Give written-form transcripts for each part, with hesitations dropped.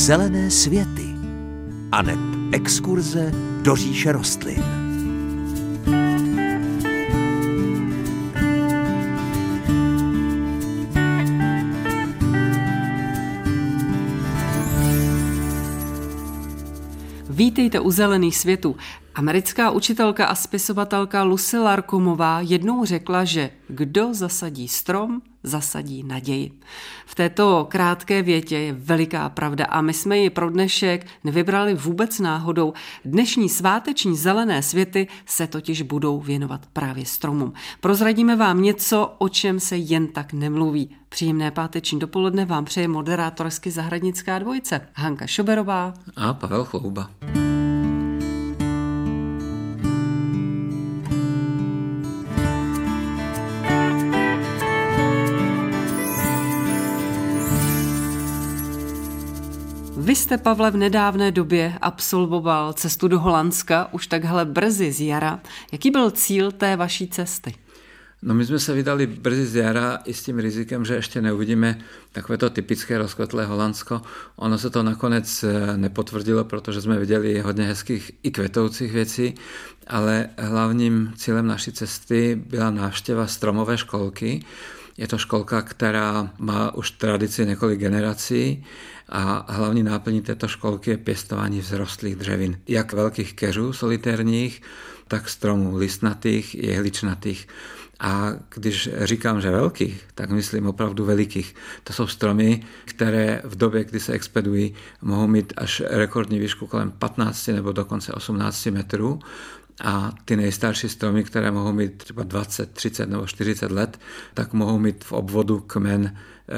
Zelené světy aneb exkurze do říše rostlin. Vítejte u Zelených světů. Americká učitelka a spisovatelka Lucy Larcomová jednou řekla, že kdo zasadí strom, zasadí naději. V této krátké větě je veliká pravda a my jsme ji pro dnešek nevybrali vůbec náhodou. Dnešní sváteční Zelené světy se totiž budou věnovat právě stromům. Prozradíme vám něco, o čem se jen tak nemluví. Příjemné páteční dopoledne vám přeje moderátorsky zahradnická dvojice Hanka Šoberová a Pavel Chlouba. Vy jste, Pavle, v nedávné době absolvoval cestu do Holandska, už takhle brzy z jara. Jaký byl cíl té vaší cesty? No my jsme se vydali brzy z jara i s tím rizikem, že ještě neuvidíme takovéto typické rozkvetlé Holandsko. Ono se to nakonec nepotvrdilo, protože jsme viděli hodně hezkých i kvetoucích věcí, ale hlavním cílem naší cesty byla návštěva stromové školky. Je to školka, která má už tradici několik generací a hlavní náplní této školky je pěstování vzrostlých dřevin. Jak velkých keřů solitérních, tak stromů listnatých, jehličnatých. A když říkám, že velkých, tak myslím opravdu velikých. To jsou stromy, které v době, kdy se expedují, mohou mít až rekordní výšku kolem 15 nebo dokonce 18 metrů. A ty nejstarší stromy, které mohou mít třeba 20, 30 nebo 40 let, tak mohou mít v obvodu kmen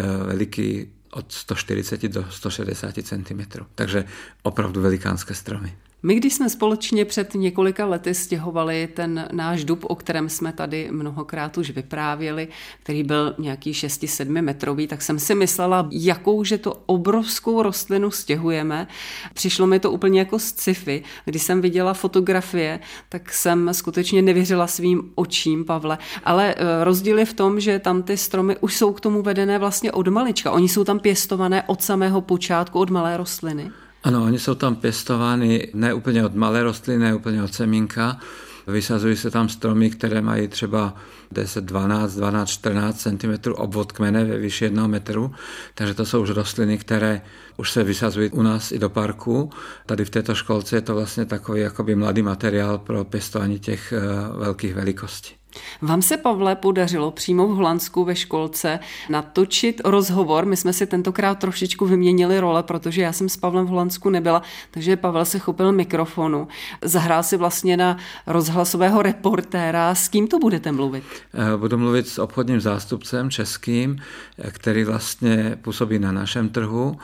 veliký od 140 do 160 cm. Takže opravdu velikánské stromy. My, když jsme společně před několika lety stěhovali ten náš dub, o kterém jsme tady mnohokrát už vyprávěli, který byl nějaký 6-7 metrový, tak jsem si myslela, jakouže to obrovskou rostlinu stěhujeme. Přišlo mi to úplně jako z sci-fi. Když jsem viděla fotografie, tak jsem skutečně nevěřila svým očím, Pavle. Ale rozdíl je v tom, že tam ty stromy už jsou k tomu vedené vlastně od malička. Oni jsou tam pěstované od samého počátku, od malé rostliny. Ano, oni jsou tam pěstovány ne úplně od malé rostliny, ne úplně od semínka. Vysazují se tam stromy, které mají třeba 10, 12, 14 cm obvod kmene ve výši 1 metru. Takže to jsou už rostliny, které už se vysazují u nás i do parku. Tady v této školce je to vlastně takový jakoby mladý materiál pro pěstování těch velkých velikostí. Vám se, Pavle, podařilo přímo v Holandsku ve školce natočit rozhovor. My jsme si tentokrát trošičku vyměnili role, protože já jsem s Pavlem v Holandsku nebyla, takže Pavel se chopil mikrofonu. Zahrál si vlastně na rozhlasového reportéra. S kým to budete mluvit? Budu mluvit s obchodním zástupcem českým, který vlastně působí na našem trhu.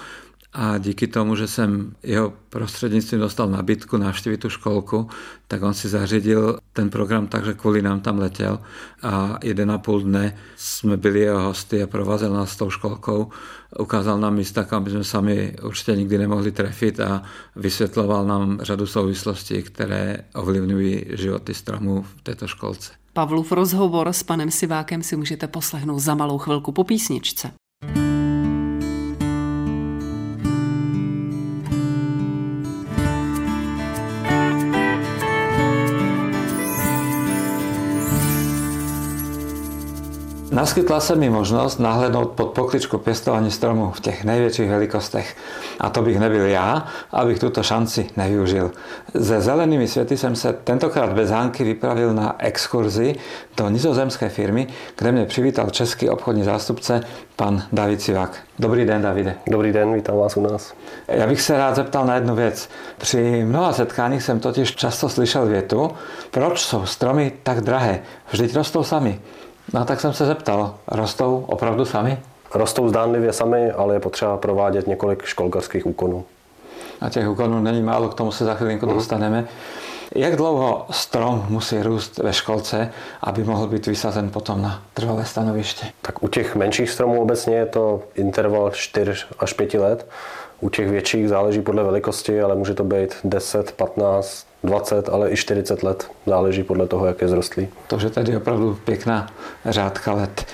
A díky tomu, že jsem jeho prostřednictvím dostal nabídku navštívit tu školku, tak on si zařídil ten program tak, že kvůli nám tam letěl a 1,5 dne jsme byli jeho hosty a provázel nás s tou školkou. Ukázal nám místa, kam bychom sami určitě nikdy nemohli trefit a vysvětloval nám řadu souvislostí, které ovlivňují životy stromů v této školce. Pavlův rozhovor s panem Sivákem si můžete poslechnout za malou chvilku po písničce. Naskytla se mi možnost nahlédnout pod pokličku pěstování stromů v těch největších velikostech. A to bych nebyl já, abych tuto šanci nevyužil. Se Zelenými světy jsem se tentokrát bez Hanky vypravil na exkurzi do nizozemské firmy, kde mě přivítal český obchodní zástupce pan David Sivák. Dobrý den, Davide. Dobrý den, vítám vás u nás. Já bych se rád zeptal na jednu věc. Při mnoha setkáních jsem totiž často slyšel větu, proč jsou stromy tak drahé? Vždyť rostou sami. No tak jsem se zeptal, rostou opravdu sami? Rostou zdánlivě sami, ale je potřeba provádět několik školkařských úkonů. A těch úkonů není málo, k tomu se za chvilinku dostaneme. Jak dlouho strom musí růst ve školce, aby mohl být vysazen potom na trvalé stanoviště? Tak u těch menších stromů obecně je to interval 4 až 5 let. U těch větších záleží podle velikosti, ale může to být 10, 15, 20, ale i 40 let. Záleží podle toho, jak je zrostlý. To je tady opravdu pěkná řádka let.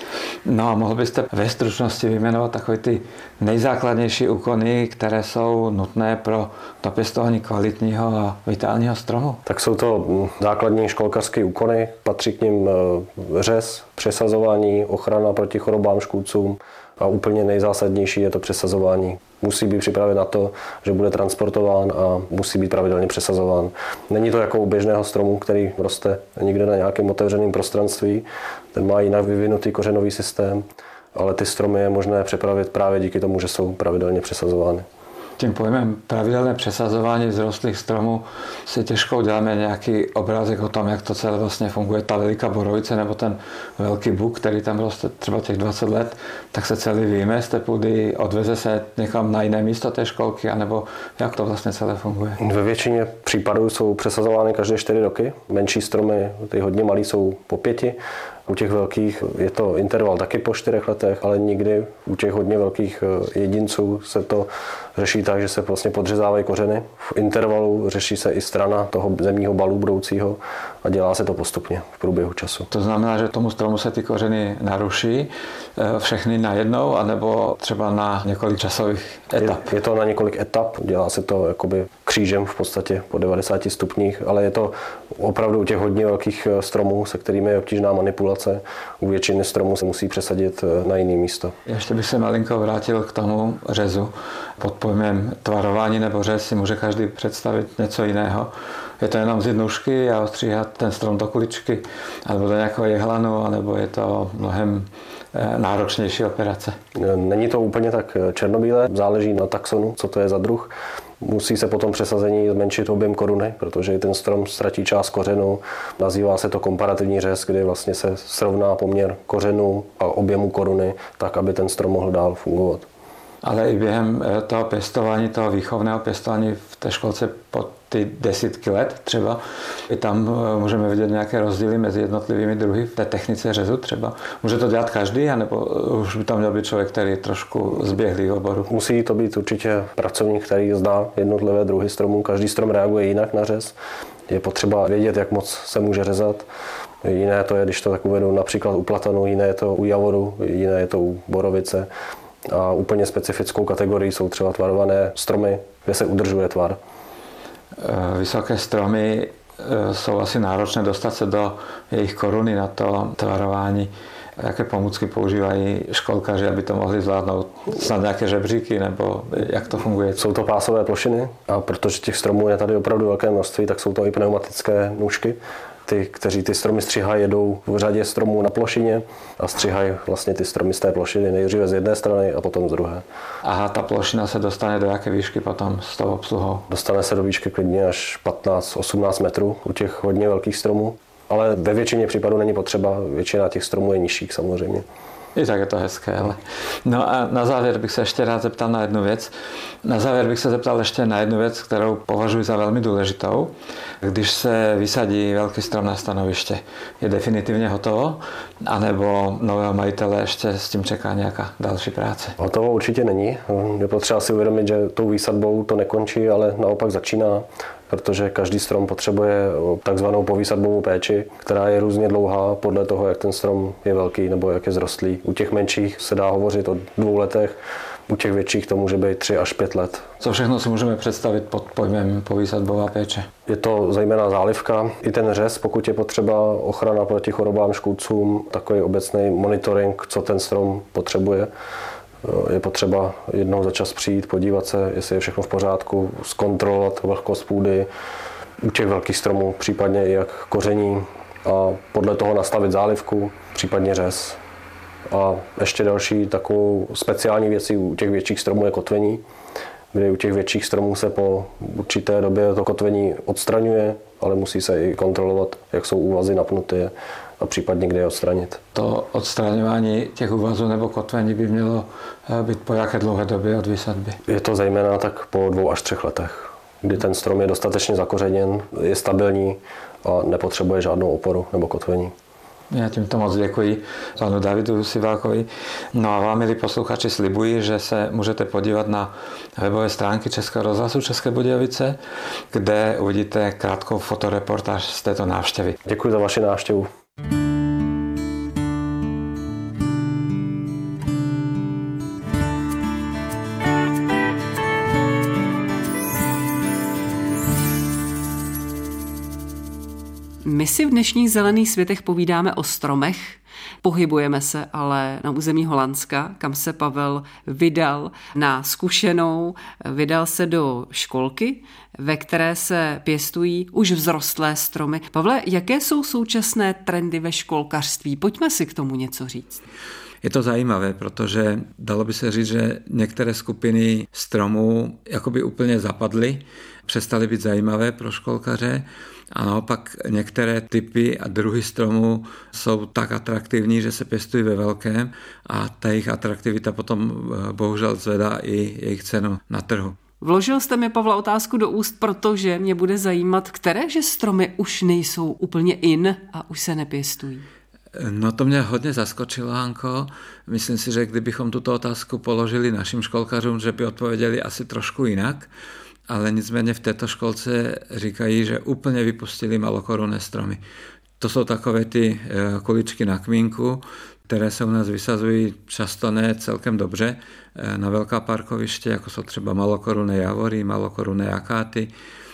No a mohl byste ve stručnosti vyjmenovat takové ty nejzákladnější úkony, které jsou nutné pro dopěstování kvalitního a vitálního stromu? Tak jsou to základní školkařské úkony, patří k nim řez, přesazování, ochrana proti chorobám, škůdcům a úplně nejzásadnější je to přesazování. Musí být připraven na to, že bude transportován a musí být pravidelně přesazován. Není to jako u běžného stromu, který roste někde na nějakém otevřeném prostranství. Ten má jinak vyvinutý kořenový systém, ale ty stromy je možné přepravit právě díky tomu, že jsou pravidelně přesazovány. Tím pojmem pravidelné přesazování vzrostlých stromů si těžko uděláme nějaký obrázek o tom, jak to celé vlastně funguje. Ta veliká borovice nebo ten velký buk, který tam roste třeba těch 20 let, tak se celý vyjme z té půdy, odveze se někam na jiné místo té školky, anebo jak to vlastně celé funguje? Ve většině případů jsou přesazovány každé 4 roky. Menší stromy, ty hodně malý, jsou po 5. U těch velkých je to interval taky po 4 letech, ale nikdy u těch hodně velkých jedinců se to řeší tak, že se vlastně podřezávají kořeny. V intervalu řeší se i strana toho zemního balu budoucího a dělá se to postupně v průběhu času. To znamená, že tomu stromu se ty kořeny naruší všechny najednou, anebo třeba na několik časových etap? Je to na několik etap, dělá se to jakoby křížem v podstatě po 90 stupních, ale je to opravdu u těch hodně velkých stromů, se kterými je obtížná manipulace. U většiny stromů se musí přesadit na jiné místo. Ještě bych se malinko vrátil k tomu řezu. Pod pojmem tvarování nebo řez si může každý představit něco jiného. Je to jenom vzít nůžky a ostříhat ten strom do kuličky, alebo do nějakého jehlanu, nebo je to mnohem náročnější operace? Není to úplně tak černobílé, záleží na taxonu, co to je za druh. Musí se potom přesazení zmenšit objem koruny, protože ten strom ztratí část kořenu. Nazývá se to komparativní řez, kdy vlastně se srovná poměr kořenu a objemu koruny, tak aby ten strom mohl dál fungovat. Ale i během toho pěstování, toho výchovného pěstování v té školce po ty desítky let třeba, i tam můžeme vidět nějaké rozdíly mezi jednotlivými druhy v té technice řezu třeba. Může to dělat každý, anebo už by tam měl být člověk, který je trošku zběhlý v oboru? Musí to být určitě pracovník, který zná jednotlivé druhy stromů. Každý strom reaguje jinak na řez. Je potřeba vědět, jak moc se může řezat. Jiné to je, když to tak uvedu, například u platanu, jiné je to u javoru, jiné je to u borovice. A úplně specifickou kategorií jsou třeba tvarované stromy, kde se udržuje tvar. Vysoké stromy jsou asi náročné dostat se do jejich koruny na to tvarování. Jaké pomůcky používají školkaři, aby to mohli zvládnout? Snad nějaké žebříky, nebo jak to funguje? Jsou to pásové plošiny a protože těch stromů je tady opravdu velké množství, tak jsou to i pneumatické nůžky. Ty, kteří ty stromy střihají, jedou v řadě stromů na plošině a střihají vlastně ty stromy z té plošiny nejdříve z jedné strany a potom z druhé. Aha, ta plošina se dostane do jaké výšky potom s tou obsluhou? Dostane se do výšky klidně až 15-18 metrů u těch hodně velkých stromů, ale ve většině případů není potřeba, většina těch stromů je nižších samozřejmě. I tak je to hezké, ale... No a na závěr bych se ještě rád zeptal na jednu věc. Na závěr bych se zeptal ještě na jednu věc, kterou považuji za velmi důležitou. Když se vysadí velký strom na stanoviště, je definitivně hotovo? Anebo nového majitele ještě s tím čeká nějaká další práce? Hotovo určitě není. Je potřeba si uvědomit, že tou výsadbou to nekončí, ale naopak začíná, protože každý strom potřebuje takzvanou povýsadbovou péči, která je různě dlouhá podle toho, jak ten strom je velký nebo jak je zrostlý. U těch menších se dá hovořit o 2 letech, u těch větších to může být 3 až 5 let. Co všechno si můžeme představit pod pojmem povýsadbová péče? Je to zejména zálivka, i ten řez, pokud je potřeba ochrana proti chorobám, škůdcům, takový obecný monitoring, co ten strom potřebuje. Je potřeba jednou za čas přijít, podívat se, jestli je všechno v pořádku, zkontrolovat vlhkost půdy, u těch velkých stromů, případně i jak koření a podle toho nastavit zálivku, případně řez. A ještě další takovou speciální věcí u těch větších stromů je kotvení, kdy u těch větších stromů se po určité době to kotvení odstraňuje, ale musí se i kontrolovat, jak jsou úvazy napnuté a případně kde je odstranit. To odstraňování těch úvazů nebo kotvení by mělo být po jaké dlouhé době od výsadby? Je to zejména tak po 2 až 3 letech, kdy ten strom je dostatečně zakořeněn, je stabilní a nepotřebuje žádnou oporu nebo kotvení. Já tímto moc děkuji panu Davidu Sivákovi. No a vám, milí posluchači, slibuji, že se můžete podívat na webové stránky Českého rozhlasu České Budějovice, kde uvidíte krátkou fotoreportáž z této návštěvy. Děkuji za vaši návštěvu. si v dnešních zelených světech povídáme o stromech, pohybujeme se ale na území Holandska, kam se Pavel vydal na zkušenou, vydal se do školky, ve které se pěstují už vzrostlé stromy. Pavle, jaké jsou současné trendy ve školkařství? Pojďme si k tomu něco říct. Je to zajímavé, protože dalo by se říct, že některé skupiny stromů jakoby úplně zapadly, přestaly být zajímavé pro školkaře a naopak některé typy a druhy stromů jsou tak atraktivní, že se pěstují ve velkém a ta jejich atraktivita potom bohužel zvedá i jejich cenu na trhu. Vložil jste mi, Pavla, otázku do úst, protože mě bude zajímat, které že stromy už nejsou úplně in a už se nepěstují. No to mě hodně zaskočilo, Hanko. Myslím si, že kdybychom tuto otázku položili našim školkařům, že by odpověděli asi trošku jinak, ale nicméně v této školce říkají, že úplně vypustili malokorunné stromy. To jsou takové ty kuličky na kmínku, které se u nás vysazují často ne celkem dobře na velká parkoviště, jako jsou třeba malokorunné javory, malokorunné akáty.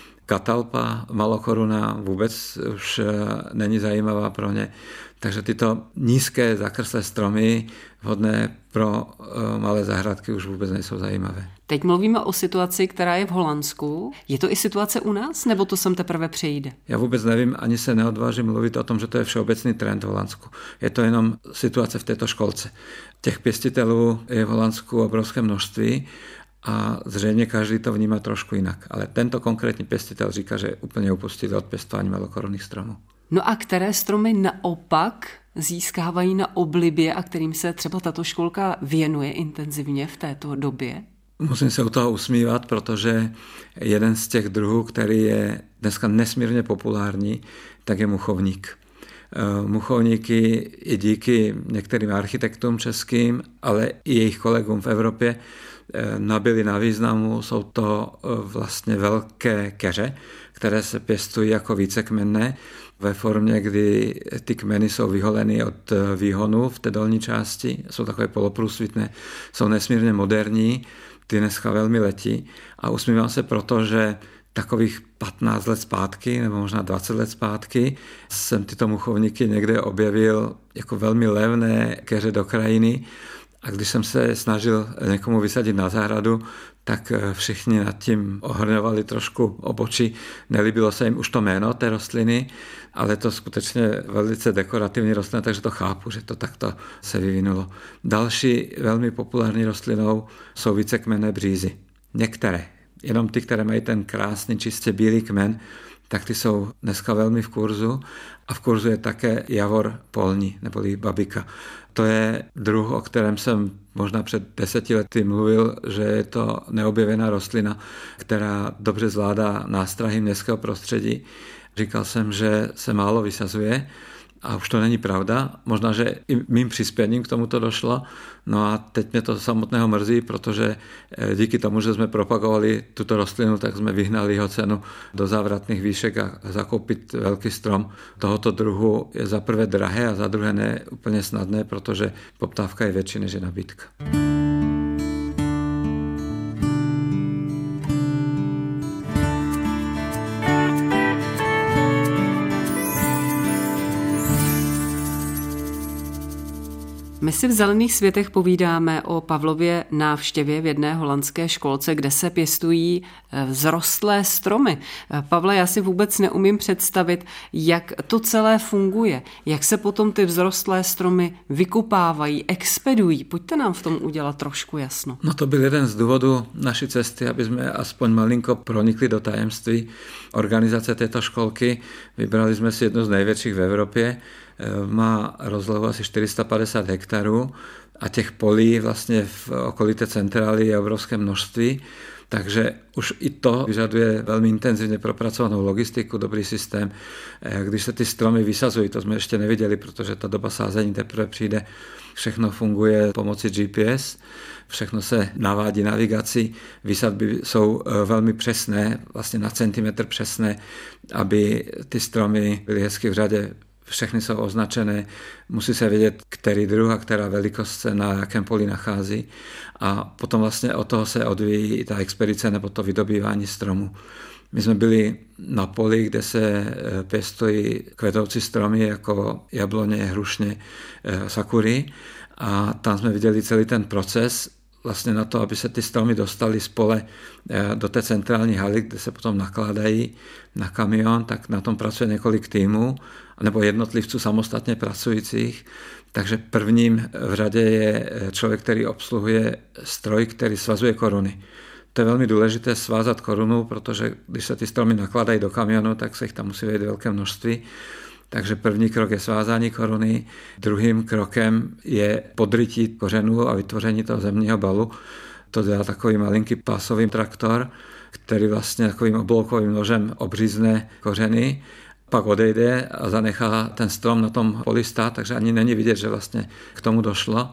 Katalpa malokoruna vůbec už není zajímavá pro ně. Takže tyto nízké zakrslé stromy vhodné pro malé zahradky už vůbec nejsou zajímavé. Teď mluvíme o situaci, která je v Holandsku. Je to i situace u nás, nebo to sem teprve přejde? Já vůbec nevím, ani se neodvážím mluvit o tom, že to je všeobecný trend v Holandsku. Je to jenom situace v této školce. Těch pěstitelů je v Holandsku obrovské množství a zřejmě každý to vnímá trošku jinak. Ale tento konkrétní pěstitel říká, že úplně upustili od pěstování malokorunných stromů. No a které stromy naopak získávají na oblibě a kterým se třeba tato školka věnuje intenzivně v této době? Musím se u toho usmívat, protože jeden z těch druhů, který je dneska nesmírně populární, tak je muchovník. Muchovníky i díky některým architektům českým, ale i jejich kolegům v Evropě nabyly na významu. Jsou to vlastně velké keře, které se pěstují jako vícekmenné ve formě, kdy ty kmeny jsou vyholeny od výhonu v té dolní části, jsou takové poloprůsvitné, jsou nesmírně moderní, ty dneska velmi letí a usmívám se proto, že takových 15 let zpátky, nebo možná 20 let zpátky, jsem tyto muchovníky někde objevil jako velmi levné keře do krajiny a když jsem se snažil někomu vysadit na zahradu, tak všichni nad tím ohrňovali trošku obočí. Nelíbilo se jim už to jméno té rostliny, ale to skutečně velice dekorativní rostlina, takže to chápu, že to takto se vyvinulo. Další velmi populární rostlinou jsou vícekmenné břízy. Některé, jenom ty, které mají ten krásný, čistě bílý kmen, tak ty jsou dneska velmi v kurzu a v kurzu je také javor polní, neboli babika. To je druh, o kterém jsem možná před 10 lety mluvil, že je to neobjevená rostlina, která dobře zvládá nástrahy městského prostředí. Říkal jsem, že se málo vysazuje a už to není pravda. Možná, že i mým přispěním k tomuto došlo. No a teď mě to samotného mrzí, protože díky tomu, že jsme propagovali tuto rostlinu, tak jsme vyhnali jeho cenu do závratných výšek a zakoupit velký strom tohoto druhu je za prvé drahé a za druhé ne úplně snadné, protože poptávka je větší než je nabídka. My si v Zelených světech povídáme o Pavlově návštěvě v jedné holandské školce, kde se pěstují vzrostlé stromy. Pavle, já si vůbec neumím představit, jak to celé funguje, jak se potom ty vzrostlé stromy vykopávají, expedují. Pojďte nám v tom udělat trošku jasno. No to byl jeden z důvodů naší cesty, aby jsme aspoň malinko pronikli do tajemství organizace této školky. Vybrali jsme si jednu z největších v Evropě. Má rozlohu asi 450 hektarů a těch polí vlastně v okolité centrály je obrovské množství, takže už i to vyžaduje velmi intenzivně propracovanou logistiku, dobrý systém. Když se ty stromy vysazují, to jsme ještě neviděli, protože ta doba sázení teprve přijde, všechno funguje pomocí GPS, všechno se navádí navigací, výsadby jsou velmi přesné, vlastně na centimetr přesné, aby ty stromy byly hezky v řadě. Všechny jsou označené, musí se vědět, který druh a která velikost se na jakém poli nachází a potom vlastně od toho se odvíjí i ta expedice nebo to vydobývání stromu. My jsme byli na poli, kde se pěstují kvetoucí stromy jako jabloně, hrušně, sakury a tam jsme viděli celý ten proces vlastně na to, aby se ty stromy dostaly z pole do té centrální haly, kde se potom nakládají na kamion, tak na tom pracuje několik týmů nebo jednotlivců samostatně pracujících. Takže prvním v řadě je člověk, který obsluhuje stroj, který svazuje koruny. To je velmi důležité svázat korunu, protože když se ty stromy nakládají do kamionu, tak se jich tam musí vejít velké množství. Takže první krok je svázání koruny, druhým krokem je podrytí kořenů a vytvoření toho zemního balu. To dělá takový malinký pásový traktor, který vlastně takovým obloukovým nožem obřízne kořeny, pak odejde a zanechá ten strom na tom poli stát, takže ani není vidět, že vlastně k tomu došlo.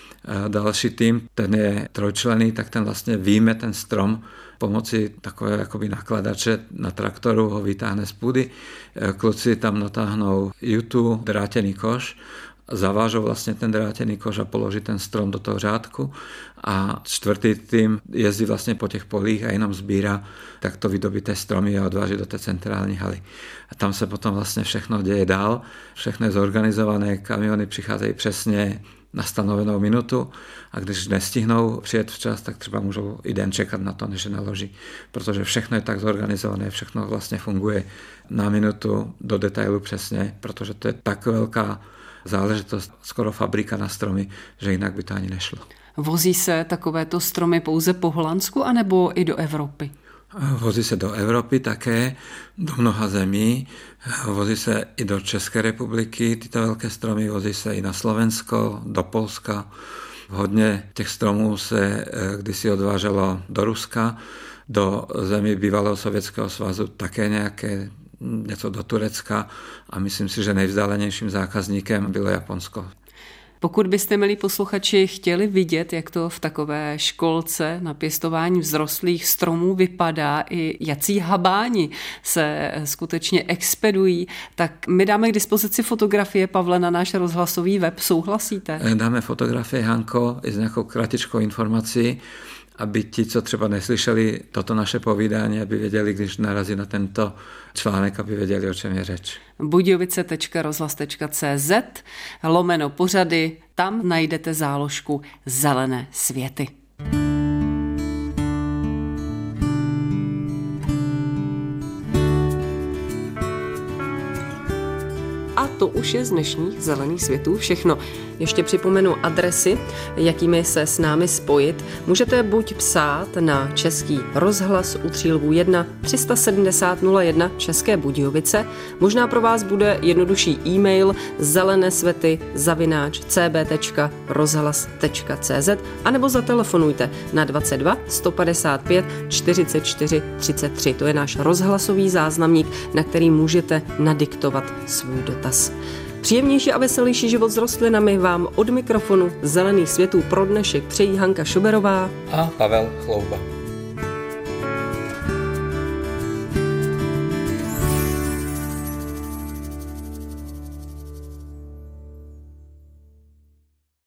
Další tým, ten je trojčlenný, tak ten vlastně vyjme ten strom pomocí takové jakoby nakladače na traktoru, ho vytáhne z půdy. Kluci tam natáhnou jutu, drátěný koš, zavážou vlastně ten drátěný koš a položí ten strom do toho řádku a čtvrtý tým jezdí vlastně po těch polích a jenom sbírá takto vydobité stromy a odváží do té centrální haly. A tam se potom vlastně všechno děje dál, všechno je zorganizované, kamiony přicházejí přesně na stanovenou minutu a když nestihnou přijet včas, tak třeba můžou i den čekat na to, než je naloží, protože všechno je tak zorganizované, všechno vlastně funguje na minutu do detailu přesně, protože to je tak velká záležitost, skoro fabrika na stromy, že jinak by to ani nešlo. Vozí se takovéto stromy pouze po Holandsku anebo i do Evropy? Vozí se do Evropy také, do mnoha zemí, vozí se i do České republiky, tyto velké stromy, vozí se i na Slovensko, do Polska. Hodně těch stromů se kdysi odváželo do Ruska, do zemí bývalého Sovětského svazu také nějaké, něco do Turecka a myslím si, že nejvzdálenějším zákazníkem bylo Japonsko. Pokud byste, milí posluchači, chtěli vidět, jak to v takové školce na pěstování vzrostlých stromů vypadá i jací habáni se skutečně expedují, tak my dáme k dispozici fotografie, Pavle, na náš rozhlasový web. Souhlasíte? Dáme fotografie, Hanko, i s nějakou kratičkou informací, aby ti, co třeba neslyšeli toto naše povídání, aby věděli, když narazí na tento článek, aby věděli, o čem je řeč. budějovice.rozhlas.cz/pořady, tam najdete záložku Zelené světy. A to už je z dnešních Zelených světů všechno. Ještě připomenu adresy, jakými se s námi spojit. Můžete buď psát na Český rozhlas u Třílvů 1 370 01 České Budějovice. Možná pro vás bude jednodušší e-mail zelenesvety@cb.rozhlas.cz anebo zatelefonujte na 22 155 44 33. To je náš rozhlasový záznamník, na který můžete nadiktovat svůj dotaz. Příjemnější a veselější život s rostlinami vám od mikrofonu Zelených světů pro dnešek přejí Hanka Šuberová a Pavel Chlouba.